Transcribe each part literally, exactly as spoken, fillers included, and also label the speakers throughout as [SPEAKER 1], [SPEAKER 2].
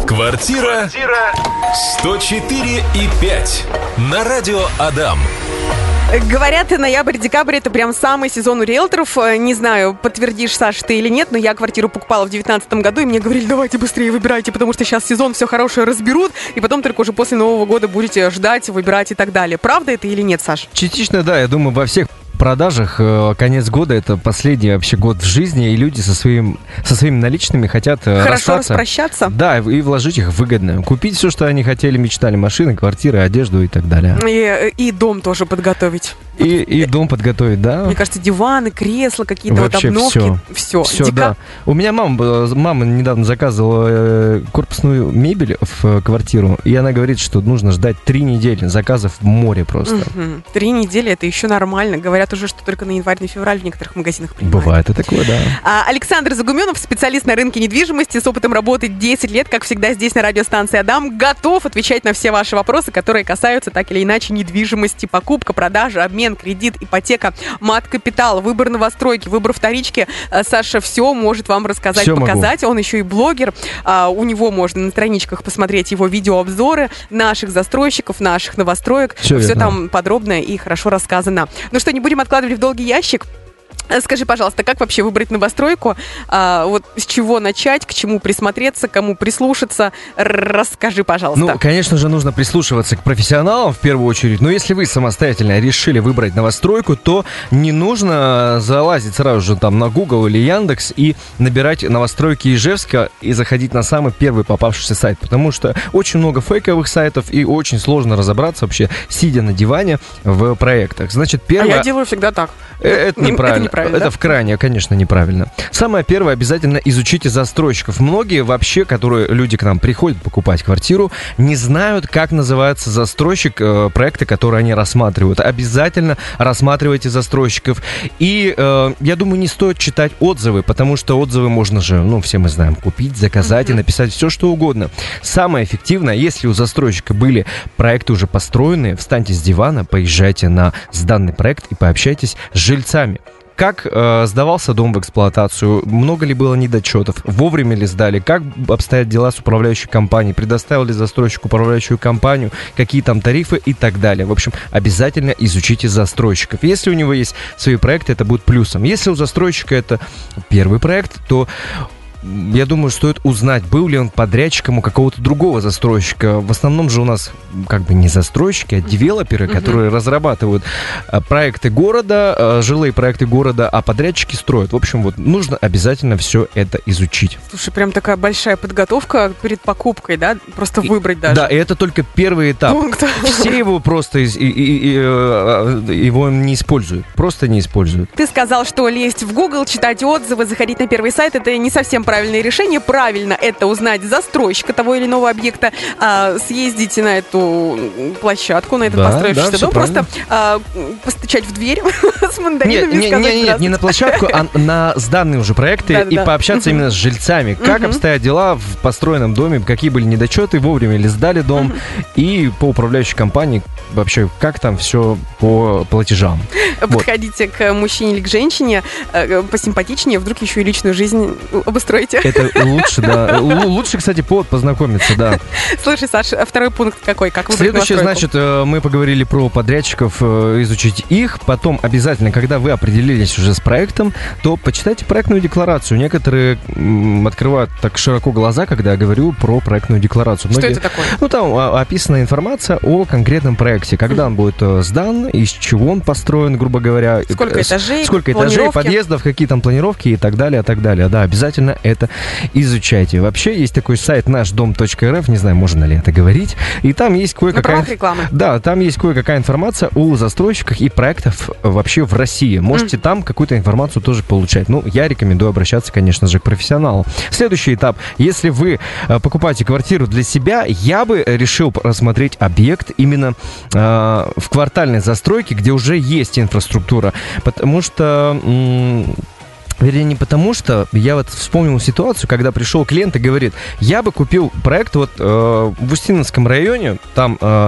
[SPEAKER 1] Квартира сто четыре и пять на радио Адам.
[SPEAKER 2] Говорят, ноябрь-декабрь — это прям самый сезон у риэлторов. Не знаю, подтвердишь, Саша, ты или нет, но я квартиру покупала в девятнадцатом году, и мне говорили: давайте быстрее выбирайте, потому что сейчас сезон, все хорошее разберут, и потом только уже после Нового года будете ждать, выбирать и так далее. Правда это или нет, Саш?
[SPEAKER 3] Частично, да, я думаю, во всех продажах конец года — это последний вообще год в жизни, и люди со, своим, со своими наличными хотят
[SPEAKER 2] Хорошо
[SPEAKER 3] расстаться.
[SPEAKER 2] распрощаться.
[SPEAKER 3] Да, и вложить их выгодно. Купить все, что они хотели, мечтали: машины, квартиры, одежду и так далее.
[SPEAKER 2] И, и дом тоже подготовить.
[SPEAKER 3] И, и дом подготовить, да.
[SPEAKER 2] Мне кажется, диваны, кресла, какие-то
[SPEAKER 3] вообще
[SPEAKER 2] вот обновки.
[SPEAKER 3] Все,
[SPEAKER 2] все,
[SPEAKER 3] все
[SPEAKER 2] Дика...
[SPEAKER 3] да. У меня мама, мама недавно заказывала корпусную мебель в квартиру, и она говорит, что нужно ждать три недели заказов в море просто.
[SPEAKER 2] Угу. Три недели — это еще нормально. Говорят уже, что только на январь, на февраль в некоторых магазинах принимают.
[SPEAKER 3] Бывает и такое, да.
[SPEAKER 2] А, Александр Загуменов, специалист на рынке недвижимости, с опытом работы десять лет, как всегда здесь на радиостанции Адам, готов отвечать на все ваши вопросы, которые касаются так или иначе недвижимости: покупка, продажа, обмен, кредит, ипотека, мат-капитал, выбор новостройки, выбор вторички. Саша все может вам рассказать,
[SPEAKER 3] все
[SPEAKER 2] показать.
[SPEAKER 3] Могу.
[SPEAKER 2] Он еще и блогер. А, у него можно на страничках посмотреть его видеообзоры наших застройщиков, наших новостроек.
[SPEAKER 3] Все,
[SPEAKER 2] все
[SPEAKER 3] верно.
[SPEAKER 2] там подробно и хорошо рассказано. Ну что, не будем откладывать в долгий ящик. Скажи, пожалуйста, как вообще выбрать новостройку? А, вот с чего начать, к чему присмотреться, кому прислушаться? Расскажи, пожалуйста.
[SPEAKER 3] Ну, конечно же, нужно прислушиваться к профессионалам в первую очередь. Но если вы самостоятельно решили выбрать новостройку, то не нужно залазить сразу же там на Google или Яндекс и набирать новостройки Ижевска и заходить на самый первый попавшийся сайт. Потому что очень много фейковых сайтов, и очень сложно разобраться вообще, сидя на диване, в проектах. Значит, первое...
[SPEAKER 2] А я делаю всегда так.
[SPEAKER 3] Это неправильно.
[SPEAKER 2] Это, неправильно,
[SPEAKER 3] это
[SPEAKER 2] да?
[SPEAKER 3] в крайне, конечно, неправильно. Самое первое: обязательно изучите застройщиков. Многие вообще, которые люди к нам приходят покупать квартиру, не знают, как называется застройщик э, проекта, который они рассматривают. Обязательно рассматривайте застройщиков. И э, я думаю, не стоит читать отзывы, потому что отзывы можно же, ну, все мы знаем, купить, заказать mm-hmm. и написать все, что угодно. Самое эффективное: если у застройщика были проекты уже построенные, встаньте с дивана, поезжайте на сданный проект и пообщайтесь с жильцами. Как э, сдавался дом в эксплуатацию, много ли было недочетов, вовремя ли сдали, как обстоят дела с управляющей компанией, предоставил ли застройщик управляющую компанию, какие там тарифы и так далее. В общем, обязательно изучите застройщиков. Если у него есть свои проекты, это будет плюсом. Если у застройщика это первый проект, то... я думаю, стоит узнать, был ли он подрядчиком у какого-то другого застройщика. В основном же у нас как бы не застройщики, а девелоперы, uh-huh. которые разрабатывают проекты города, жилые проекты города, а подрядчики строят. В общем, вот нужно обязательно все это изучить.
[SPEAKER 2] Слушай, прям такая большая подготовка перед покупкой, да? Просто выбрать даже.
[SPEAKER 3] Да, и это только первый этап.
[SPEAKER 2] Пункт.
[SPEAKER 3] Все его просто и, и, и, его не используют. Просто не используют.
[SPEAKER 2] Ты сказал, что лезть в Google, читать отзывы, заходить на первый сайт — это не совсем правильно. Правильное решение. Правильно это узнать застройщика того или иного объекта, а, съездить на эту площадку, на этот
[SPEAKER 3] да,
[SPEAKER 2] построившийся
[SPEAKER 3] да,
[SPEAKER 2] дом,
[SPEAKER 3] правильно.
[SPEAKER 2] просто а, постучать в дверь с мандаринами
[SPEAKER 3] нет,
[SPEAKER 2] и сказать:
[SPEAKER 3] нет, нет, не на площадку, а на сданные уже проекты
[SPEAKER 2] да,
[SPEAKER 3] и
[SPEAKER 2] да.
[SPEAKER 3] пообщаться именно с жильцами. Как обстоят дела в построенном доме, какие были недочеты, вовремя ли сдали дом, и по управляющей компании вообще, как там все по платежам.
[SPEAKER 2] Подходите вот. К мужчине или к женщине посимпатичнее, вдруг еще и личную жизнь обустроите.
[SPEAKER 3] Это лучше, да. Лучше, кстати, повод познакомиться, да.
[SPEAKER 2] Слушай, Саша, второй пункт какой? Как выбрать
[SPEAKER 3] Следующее, значит, мы поговорили про подрядчиков, изучить их. Потом обязательно, когда вы определились уже с проектом, то почитайте проектную декларацию. Некоторые м, открывают так широко глаза, когда я говорю про проектную декларацию.
[SPEAKER 2] Что
[SPEAKER 3] Многие,
[SPEAKER 2] это такое?
[SPEAKER 3] Ну, там описана информация о конкретном проекте. Когда он будет сдан, из чего он построен, грубо говоря.
[SPEAKER 2] Сколько этажей,
[SPEAKER 3] Сколько этажей, подъездов, какие там планировки и так далее, и так далее. Да, обязательно это изучайте. Вообще есть такой сайт наш дом точка эр эф, не знаю, можно ли это говорить, и там есть кое-какая... Да, там есть кое-какая информация о застройщиках и проектах вообще в России. Можете mm. там какую-то информацию тоже получать. Ну, я рекомендую обращаться, конечно же, к профессионалу. Следующий этап. Если вы э, покупаете квартиру для себя, я бы решил рассмотреть объект именно э, в квартальной застройке, где уже есть инфраструктура, потому что... М- Вернее, не потому что, я вот вспомнил ситуацию, когда пришел клиент и говорит: я бы купил проект вот э, в Устиновском районе, там э,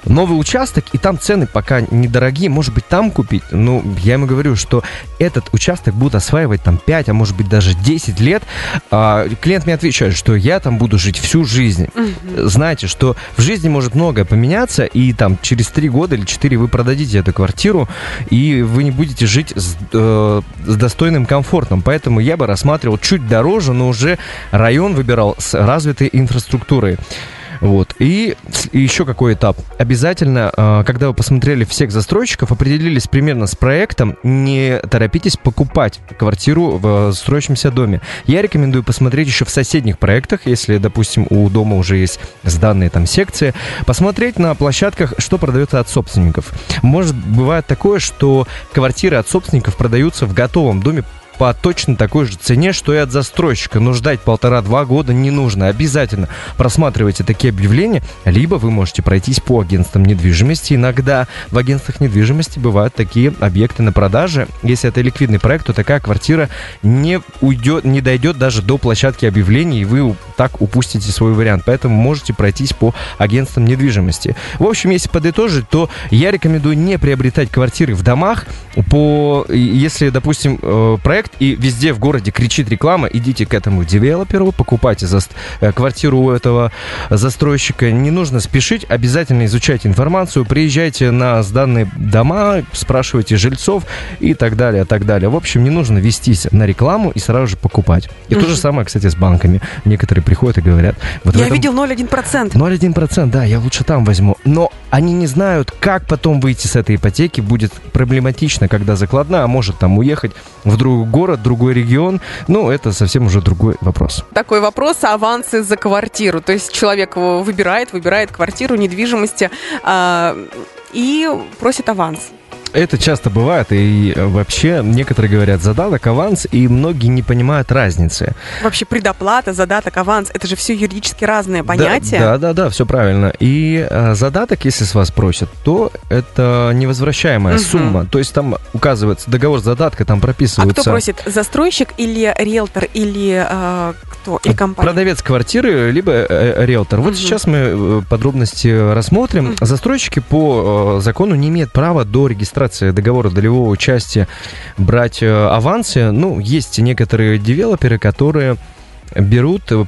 [SPEAKER 3] новый участок, и там цены пока недорогие, может быть, там купить. Ну, я ему говорю, что этот участок будут осваивать там пять, а может быть даже десять лет. А клиент мне отвечает, что я там буду жить всю жизнь. Mm-hmm. Знаете, что в жизни может многое поменяться, и там через три года или четыре вы продадите эту квартиру, и вы не будете жить с, э, с достойным комфортом. Поэтому я бы рассматривал чуть дороже, но уже район выбирал с развитой инфраструктурой. Вот. И, и еще какой этап. Обязательно, э, когда вы посмотрели всех застройщиков, определились примерно с проектом, не торопитесь покупать квартиру в строящемся доме. Я рекомендую посмотреть еще в соседних проектах, если, допустим, у дома уже есть сданные там секции, посмотреть на площадках, что продается от собственников. Может, бывает такое, что квартиры от собственников продаются в готовом доме по точно такой же цене, что и от застройщика. Но ждать полтора-два года не нужно. Обязательно просматривайте такие объявления, либо вы можете пройтись по агентствам недвижимости. Иногда в агентствах недвижимости бывают такие объекты на продаже. Если это ликвидный проект, то такая квартира не уйдет, не дойдет даже до площадки объявлений, и вы так упустите свой вариант. Поэтому можете пройтись по агентствам недвижимости. В общем, если подытожить, то я рекомендую не приобретать квартиры в домах. По, если, допустим, проект и везде в городе кричит реклама, идите к этому девелоперу, покупайте за, э, квартиру у этого застройщика. Не нужно спешить, обязательно изучайте информацию, приезжайте на сданные дома, спрашивайте жильцов и так далее, так далее. В общем, не нужно вестись на рекламу и сразу же покупать. И mm-hmm. то же самое, кстати, с банками. Некоторые приходят и говорят... Вот
[SPEAKER 2] я
[SPEAKER 3] этом...
[SPEAKER 2] видел ноль целых одна десятая процента.
[SPEAKER 3] ноль целых одна десятая процента, да, я лучше там возьму. Но они не знают, как потом выйти с этой ипотеки. Будет проблематично, когда закладная, а может там уехать в другой город, другой регион. Ну, это совсем уже другой вопрос.
[SPEAKER 2] Такой вопрос: авансы за квартиру. То есть человек выбирает, выбирает квартиру недвижимости э, и просит аванс.
[SPEAKER 3] Это часто бывает, и вообще некоторые говорят задаток, аванс, и многие не понимают разницы.
[SPEAKER 2] Вообще предоплата, задаток, аванс, это же все юридически разные понятия.
[SPEAKER 3] Да, да, да, да, все правильно. И а, задаток, если с вас просят, то это невозвращаемая угу. сумма. То есть там указывается договор задатка, там прописывается...
[SPEAKER 2] А кто просит, застройщик или риэлтор, или э, кто, или компания?
[SPEAKER 3] Продавец квартиры, либо э, риэлтор. Вот угу. сейчас мы подробности рассмотрим. Угу. Застройщики по э, закону не имеют права до регистрации договора долевого участия брать э, авансы. Ну, есть некоторые девелоперы, которые берут, э,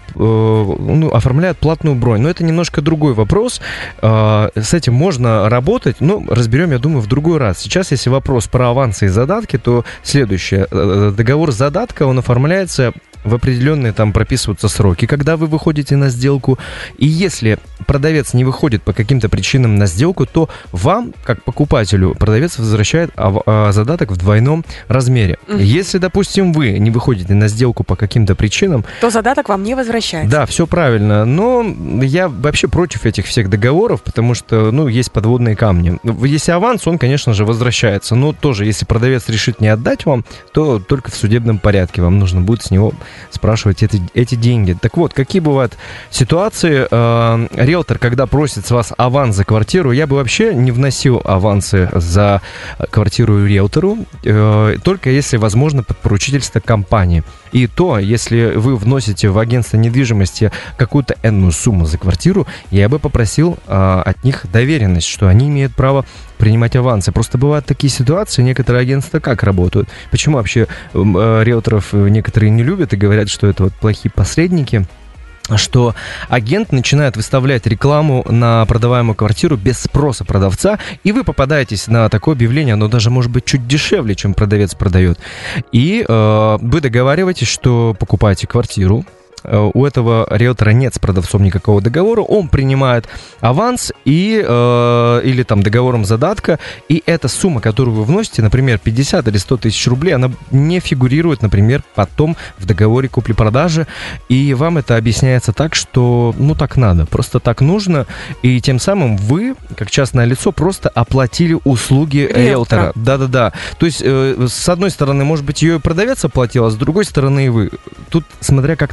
[SPEAKER 3] ну, оформляют платную бронь. Но это немножко другой вопрос. Э, с этим можно работать, но разберем, я думаю, в другой раз. Сейчас, если вопрос про авансы и задатки, то следующее. Договор задатка, он оформляется в определенные там прописываются сроки, когда вы выходите на сделку. И если продавец не выходит по каким-то причинам на сделку, то вам, как покупателю, продавец возвращает задаток в двойном размере. Mm-hmm. Если, допустим, вы не выходите на сделку по каким-то причинам,
[SPEAKER 2] то задаток вам не возвращается.
[SPEAKER 3] Да, все правильно. Но я вообще против этих всех договоров, потому что, ну, есть подводные камни. Если аванс, он, конечно же, возвращается. Но тоже, если продавец решит не отдать вам, то только в судебном порядке вам нужно будет с него спрашивать эти, эти деньги. Так вот, какие бывают ситуации? Э, риэлтор, когда просит с вас аванс за квартиру, я бы вообще не вносил авансы за квартиру риэлтору, э, только если возможно под поручительство компании. И то, если вы вносите в агентство недвижимости какую-то энную сумму за квартиру, я бы попросил э, от них доверенность, что они имеют право принимать авансы. Просто бывают такие ситуации, некоторые агентства как работают. Почему вообще э, риэлторов некоторые не любят и говорят, что это вот плохие посредники? Что агент начинает выставлять рекламу на продаваемую квартиру без спроса продавца, и вы попадаетесь на такое объявление, оно даже может быть чуть дешевле, чем продавец продает. И э, вы договариваетесь, что покупаете квартиру, у этого риэлтора нет с продавцом никакого договора, он принимает аванс и, э, или там договором задатка, и эта сумма, которую вы вносите, например, пятьдесят или сто тысяч рублей, она не фигурирует, например, потом в договоре купли-продажи, и вам это объясняется так, что ну так надо, просто так нужно, и тем самым вы, как частное лицо, просто оплатили услуги риэлтора. Да-да-да. То есть, э, с одной стороны, может быть, ее продавец оплатил, а с другой стороны и вы. Тут, смотря как на ситуацию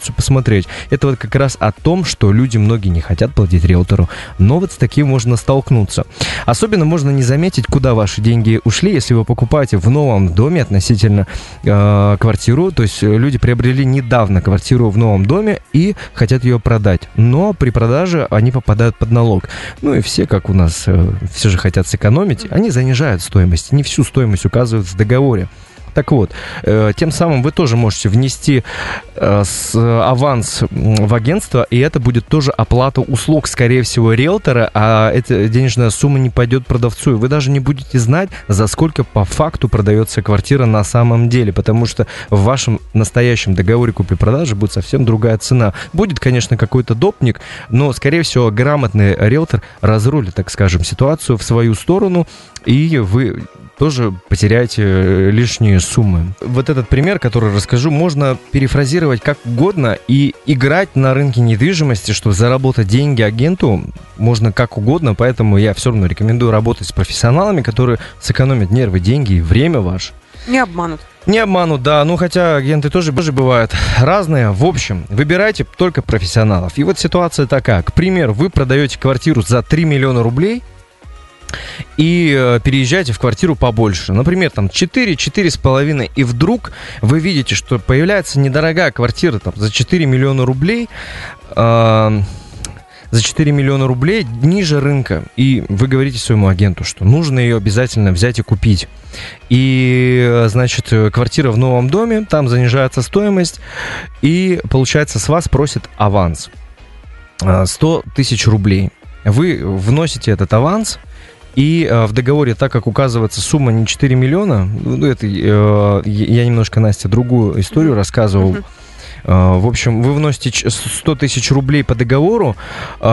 [SPEAKER 3] ситуацию посмотреть. Это вот как раз о том, что люди многие не хотят платить риэлтору, но вот с таким можно столкнуться. Особенно можно не заметить, куда ваши деньги ушли, если вы покупаете в новом доме относительно э, квартиру, то есть люди приобрели недавно квартиру в новом доме и хотят ее продать, но при продаже они попадают под налог. Ну и все, как у нас, э, все же хотят сэкономить, они занижают стоимость, не всю стоимость указывают в договоре. Так вот, э, тем самым вы тоже можете внести э, с, аванс в агентство, и это будет тоже оплата услуг, скорее всего, риэлтора, а эта денежная сумма не пойдет продавцу, и вы даже не будете знать, за сколько по факту продается квартира на самом деле, потому что в вашем настоящем договоре купли-продажи будет совсем другая цена. Будет, конечно, какой-то допник, но, скорее всего, грамотный риэлтор разрулит, так скажем, ситуацию в свою сторону, и вы тоже потеряете лишние суммы. Вот этот пример, который расскажу, можно перефразировать как угодно, и играть на рынке недвижимости, чтобы заработать деньги агенту, можно как угодно, поэтому я все равно рекомендую работать с профессионалами, которые сэкономят нервы, деньги и время ваше.
[SPEAKER 2] Не обманут.
[SPEAKER 3] Не обманут, да, ну хотя агенты тоже, тоже бывают разные. В общем, выбирайте только профессионалов. И вот ситуация такая, к примеру, вы продаете квартиру за три миллиона рублей, и э, переезжаете в квартиру побольше. Например, там четыре-четыре с половиной. И вдруг вы видите, что появляется недорогая квартира там, за четыре миллиона рублей. Э, за четыре миллиона рублей ниже рынка. И вы говорите своему агенту, что нужно ее обязательно взять и купить. И, значит, квартира в новом доме, там занижается стоимость. И, получается, с вас просит аванс. сто тысяч рублей. Вы вносите этот аванс. И э, в договоре, так как указывается сумма не четыре миллиона, ну, это, э, я немножко, Настя, другую историю mm-hmm. рассказывал. Mm-hmm. Э, в общем, вы вносите сто тысяч рублей по договору, э,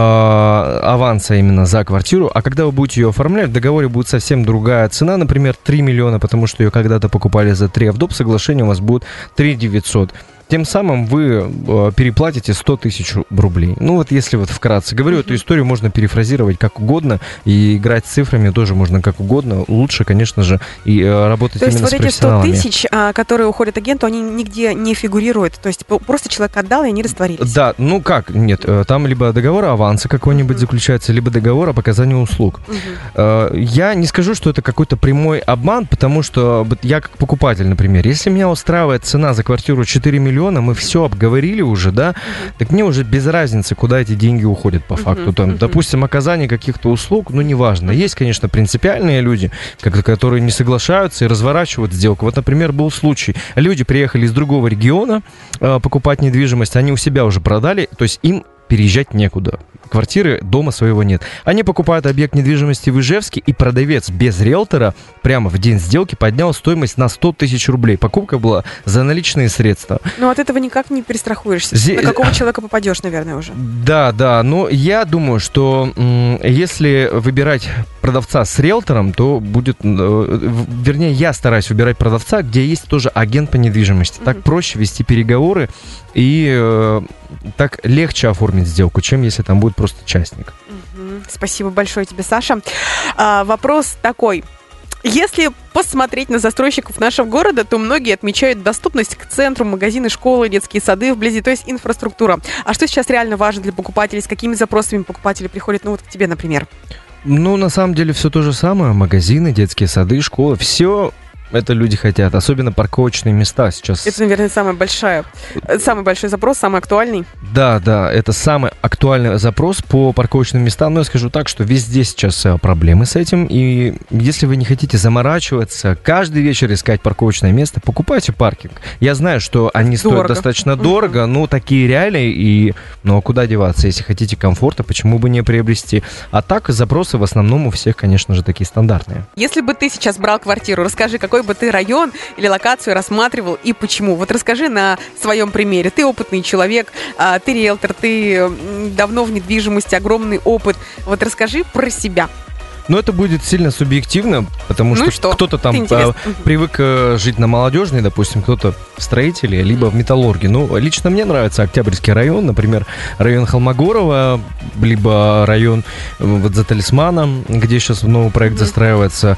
[SPEAKER 3] аванса именно за квартиру, а когда вы будете ее оформлять, в договоре будет совсем другая цена, например, три миллиона, потому что ее когда-то покупали за три, а в доп. Соглашении у вас будет три девятьсот. Тем самым вы э, переплатите сто тысяч рублей. Ну вот если вот вкратце говорю, mm-hmm. эту историю можно перефразировать как угодно, и играть с цифрами тоже можно как угодно. Лучше, конечно же, и э, работать
[SPEAKER 2] то
[SPEAKER 3] именно
[SPEAKER 2] с профессионалами. То есть вот эти сто тысяч, а, которые уходят агенту, они нигде не фигурируют? То есть просто человек отдал, и они растворились? Да,
[SPEAKER 3] ну как, нет, там либо договор аванса какой-нибудь mm-hmm. заключается, либо договор о показании услуг. Mm-hmm. Э, я не скажу, что это какой-то прямой обман, потому что я как покупатель, например, если меня устраивает цена за квартиру четыре миллиона, мы все обговорили уже, да, uh-huh. так мне уже без разницы, куда эти деньги уходят по факту. Uh-huh. Там, uh-huh. допустим, оказание каких-то услуг, ну, неважно. Есть, конечно, принципиальные люди, которые не соглашаются и разворачивают сделку. Вот, например, был случай. Люди приехали из другого региона э, покупать недвижимость, они у себя уже продали, то есть им переезжать некуда. Квартиры, дома своего нет. Они покупают объект недвижимости в Ижевске, и продавец без риэлтора прямо в день сделки поднял стоимость на сто тысяч рублей. Покупка была за наличные средства.
[SPEAKER 2] Но от этого никак не перестрахуешься. Зе... На какого человека попадешь, наверное, уже.
[SPEAKER 3] Да, да. Но я думаю, что м- если выбирать продавца с риэлтором, то будет... Э, вернее, я стараюсь выбирать продавца, где есть тоже агент по недвижимости. Mm-hmm. Так проще вести переговоры, и э, так легче оформить сделку, чем если там будет просто частник.
[SPEAKER 2] Угу. Спасибо большое тебе, Саша. А, вопрос такой. Если посмотреть на застройщиков нашего города, то многие отмечают доступность к центру, магазины, школы, детские сады вблизи, то есть инфраструктура. А что сейчас реально важно для покупателей? С какими запросами покупатели приходят? Ну вот к тебе, например.
[SPEAKER 3] Ну, на самом деле, все то же самое. Магазины, детские сады, школы. Все это люди хотят. Особенно парковочные места сейчас.
[SPEAKER 2] Это, наверное, самая большая, самый большой запрос, самый актуальный.
[SPEAKER 3] Да, да, это самый актуальный запрос по парковочным местам. Но я скажу так, что везде сейчас проблемы с этим. И если вы не хотите заморачиваться, каждый вечер искать парковочное место, покупайте паркинг. Я знаю, что они дорого. Стоят достаточно дорого, uh-huh. но такие реалии. И, ну, а куда деваться? Если хотите комфорта, почему бы не приобрести? А так, запросы в основном у всех, конечно же, такие стандартные.
[SPEAKER 2] Если бы ты сейчас брал квартиру, расскажи, какой бы ты район или локацию рассматривал и почему? Вот расскажи на своем примере. Ты опытный человек, ты риэлтор, ты давно в недвижимости, огромный опыт. Вот расскажи про себя.
[SPEAKER 3] Но это будет сильно субъективно, потому ну что, что кто-то там а, привык а, жить на Молодежной, допустим, кто-то в строителе, либо в металлурге. Ну, лично мне нравится Октябрьский район, например, район Холмогорова, либо район вот за Талисманом, где сейчас новый проект застраивается.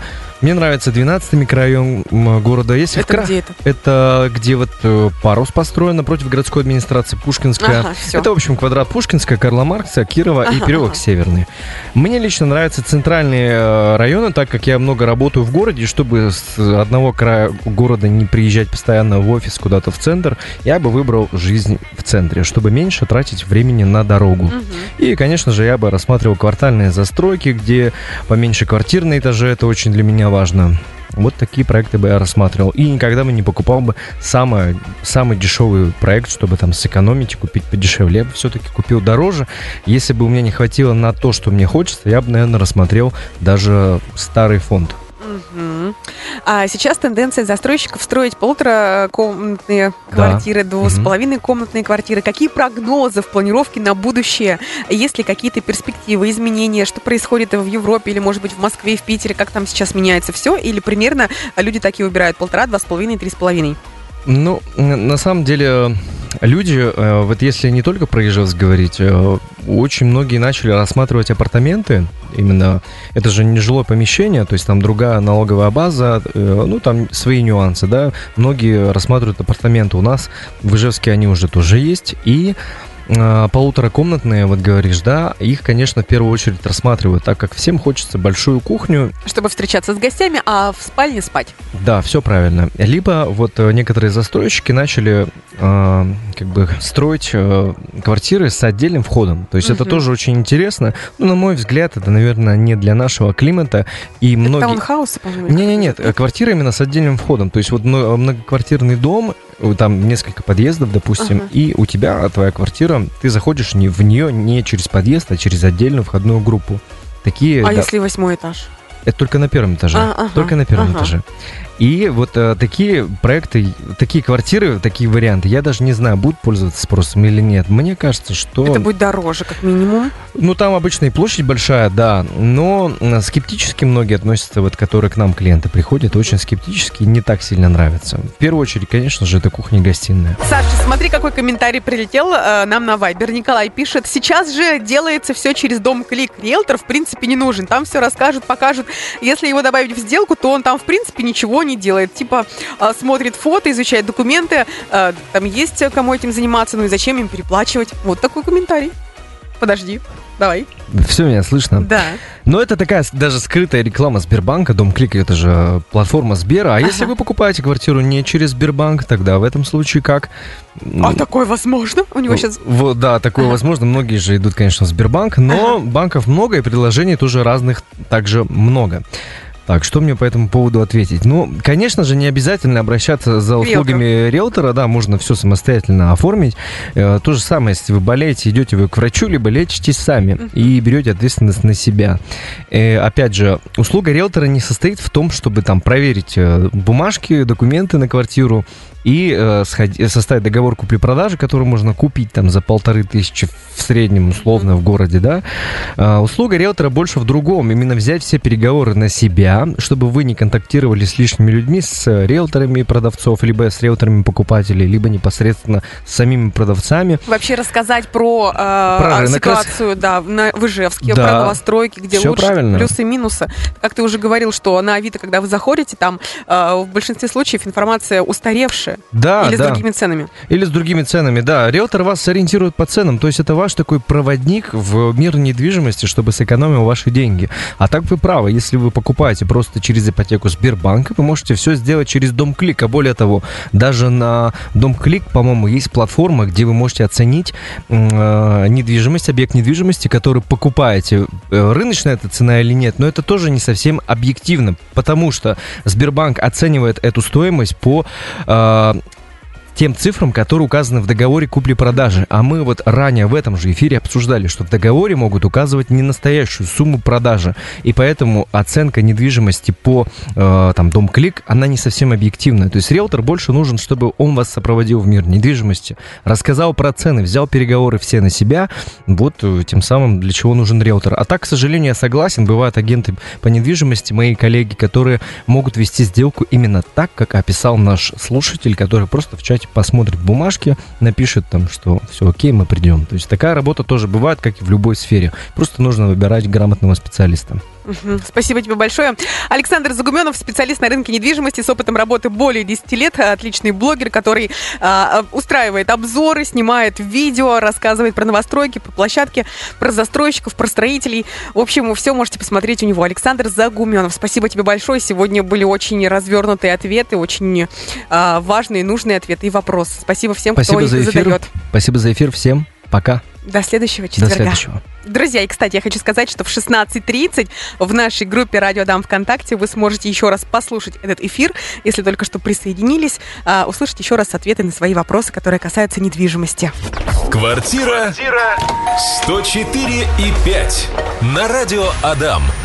[SPEAKER 3] Мне нравится двенадцатый микрорайон города. Если
[SPEAKER 2] это
[SPEAKER 3] вкра...
[SPEAKER 2] где это?
[SPEAKER 3] Это где вот Парус построен напротив городской администрации, Пушкинская.
[SPEAKER 2] Ага, всё.
[SPEAKER 3] Это, в общем, квадрат Пушкинская, Карла Маркса, Кирова ага, и переулок ага. Северный. Мне лично нравятся центральные районы, так как я много работаю в городе, чтобы с одного края города не приезжать постоянно в офис куда-то в центр, я бы выбрал жизнь в центре, чтобы меньше тратить времени на дорогу. Угу. И, конечно же, я бы рассматривал квартальные застройки, где поменьше квартир на этаже, это очень для меня важно. Вот такие проекты бы я рассматривал. И никогда бы не покупал бы самый, самый дешевый проект, чтобы там сэкономить и купить подешевле. Я бы все-таки купил дороже. Если бы у меня не хватило на то, что мне хочется, я бы, наверное, рассмотрел даже старый фонд.
[SPEAKER 2] Угу. А сейчас тенденция застройщиков строить полуторакомнатные квартиры, да. двух с половиной комнатные квартиры. Какие прогнозы в планировке на будущее? Есть ли какие-то перспективы, изменения? Что происходит в Европе или, может быть, в Москве и в Питере? Как там сейчас меняется все? Или примерно люди такие выбирают полтора, два с половиной, три с половиной?
[SPEAKER 3] Ну, на самом деле, люди, вот если не только про Ижевск говорить, очень многие начали рассматривать апартаменты. Именно это же не жилое помещение, то есть там другая налоговая база, ну там свои нюансы, да. Многие рассматривают апартаменты. У нас в Ижевске они уже тоже есть. И полуторакомнатные, вот говоришь, да, их, конечно, в первую очередь рассматривают, так как всем хочется большую кухню.
[SPEAKER 2] Чтобы встречаться с гостями, а в спальне спать.
[SPEAKER 3] Да, все правильно. Либо вот некоторые застройщики начали э, как бы строить э, квартиры с отдельным входом. То есть угу. это тоже очень интересно. Ну, на мой взгляд, это, наверное, не для нашего климата. И
[SPEAKER 2] это
[SPEAKER 3] многие...
[SPEAKER 2] таунхаусы, по-моему?
[SPEAKER 3] Не-не-нет, квартира именно с отдельным входом. То есть вот многоквартирный дом, там несколько подъездов, допустим, ага. и у тебя твоя квартира, ты заходишь не в нее не через подъезд, а через отдельную входную группу. Такие,
[SPEAKER 2] а
[SPEAKER 3] да,
[SPEAKER 2] если восьмой этаж?
[SPEAKER 3] Это только на первом этаже.
[SPEAKER 2] А, ага,
[SPEAKER 3] только на первом
[SPEAKER 2] ага.
[SPEAKER 3] этаже. И вот э, такие проекты, такие квартиры, такие варианты, я даже не знаю, будут пользоваться спросом или нет. Мне кажется, что...
[SPEAKER 2] Это будет дороже, как минимум.
[SPEAKER 3] Ну, там обычно и площадь большая, да, но скептически многие относятся, вот, которые к нам клиенты приходят, очень скептически, не так сильно нравятся. В первую очередь, конечно же, это кухня и гостиная.
[SPEAKER 2] Саша, смотри, какой комментарий прилетел э, нам на Вайбер. Николай пишет: сейчас же делается все через Дом.Клик. Риэлтор, в принципе, не нужен. Там все расскажут, покажут. Если его добавить в сделку, то он там, в принципе, ничего не делает. Типа э, смотрит фото, изучает документы. Э, там есть кому этим заниматься, ну и зачем им переплачивать? Вот такой комментарий. Подожди, давай.
[SPEAKER 3] Все меня слышно?
[SPEAKER 2] Да.
[SPEAKER 3] Но это такая даже скрытая реклама Сбербанка. Дом.Клик — это же платформа Сбера. А ага. если вы покупаете квартиру не через Сбербанк, тогда в этом случае как?
[SPEAKER 2] А такое возможно? У него сейчас...
[SPEAKER 3] Вот, да, такое ага. возможно. Многие же идут, конечно, в Сбербанк, но ага. банков много, и предложений тоже разных также много. Так, что мне по этому поводу ответить? Ну, конечно же, не обязательно обращаться за услугами риэлтора, да, можно все самостоятельно оформить. Э, то же самое, если вы болеете, идете вы к врачу, либо лечитесь сами uh-huh. и берете ответственность на себя. Э, опять же, услуга риэлтора не состоит в том, чтобы там проверить э, бумажки, документы на квартиру и э, сходи, составить договор купли-продажи, который можно купить там за полторы тысячи в среднем, условно, uh-huh. в городе, да. Э, услуга риэлтора больше в другом, именно взять все переговоры на себя, чтобы вы не контактировали с лишними людьми, с риэлторами продавцов, либо с риэлторами покупателей, либо непосредственно с самими продавцами.
[SPEAKER 2] Вообще рассказать про, э, про ситуацию да, на, в Ижевске, да, про новостройки, где лучше, правильно. Плюсы и минусы. Как ты уже говорил, что на Авито, когда вы заходите, там э, в большинстве случаев информация устаревшая.
[SPEAKER 3] Да,
[SPEAKER 2] Или
[SPEAKER 3] да.
[SPEAKER 2] с другими ценами.
[SPEAKER 3] Или с другими ценами, да. Риэлтор вас сориентирует по ценам, то есть это ваш такой проводник в мир недвижимости, чтобы сэкономил ваши деньги. А так вы правы, если вы покупаете просто через ипотеку Сбербанка, вы можете все сделать через Дом.Клик. А более того, даже на Дом.Клик, по-моему, есть платформа, где вы можете оценить э, недвижимость, объект недвижимости, который покупаете. Рыночная это цена или нет, но это тоже не совсем объективно, потому что Сбербанк оценивает эту стоимость по... Э, тем цифрам, которые указаны в договоре купли-продажи. А мы вот ранее в этом же эфире обсуждали, что в договоре могут указывать не настоящую сумму продажи. И поэтому оценка недвижимости по э, там, Дом.Клик, она не совсем объективная. То есть риэлтор больше нужен, чтобы он вас сопроводил в мир недвижимости, рассказал про цены, взял переговоры все на себя. Вот тем самым для чего нужен риэлтор. А так, к сожалению, я согласен, бывают агенты по недвижимости, мои коллеги, которые могут вести сделку именно так, как описал наш слушатель, который просто в чате посмотрит бумажки, напишет там, что все окей, мы придем. То есть такая работа тоже бывает, как и в любой сфере. Просто нужно выбирать грамотного специалиста.
[SPEAKER 2] Угу. Спасибо тебе большое. Александр Загуменов, специалист на рынке недвижимости с опытом работы более десяти лет, отличный блогер, который а, устраивает обзоры, снимает видео, рассказывает про новостройки, про площадки, про застройщиков, про строителей. В общем, все можете посмотреть у него. Александр Загуменов, спасибо тебе большое. Сегодня были очень развернутые ответы, очень а, важные, нужные ответы и вопросы. Спасибо всем,
[SPEAKER 3] Спасибо
[SPEAKER 2] кто
[SPEAKER 3] за
[SPEAKER 2] их
[SPEAKER 3] эфир.
[SPEAKER 2] задает.
[SPEAKER 3] Спасибо за эфир. Всем пока.
[SPEAKER 2] До следующего четверга.
[SPEAKER 3] До следующего.
[SPEAKER 2] Друзья, и, кстати, я хочу сказать, что в шестнадцать тридцать в нашей группе «Радио Адам» ВКонтакте вы сможете еще раз послушать этот эфир, если только что присоединились, а, услышать еще раз ответы на свои вопросы, которые касаются недвижимости.
[SPEAKER 1] Квартира сто четыре и пять на Радио Адам.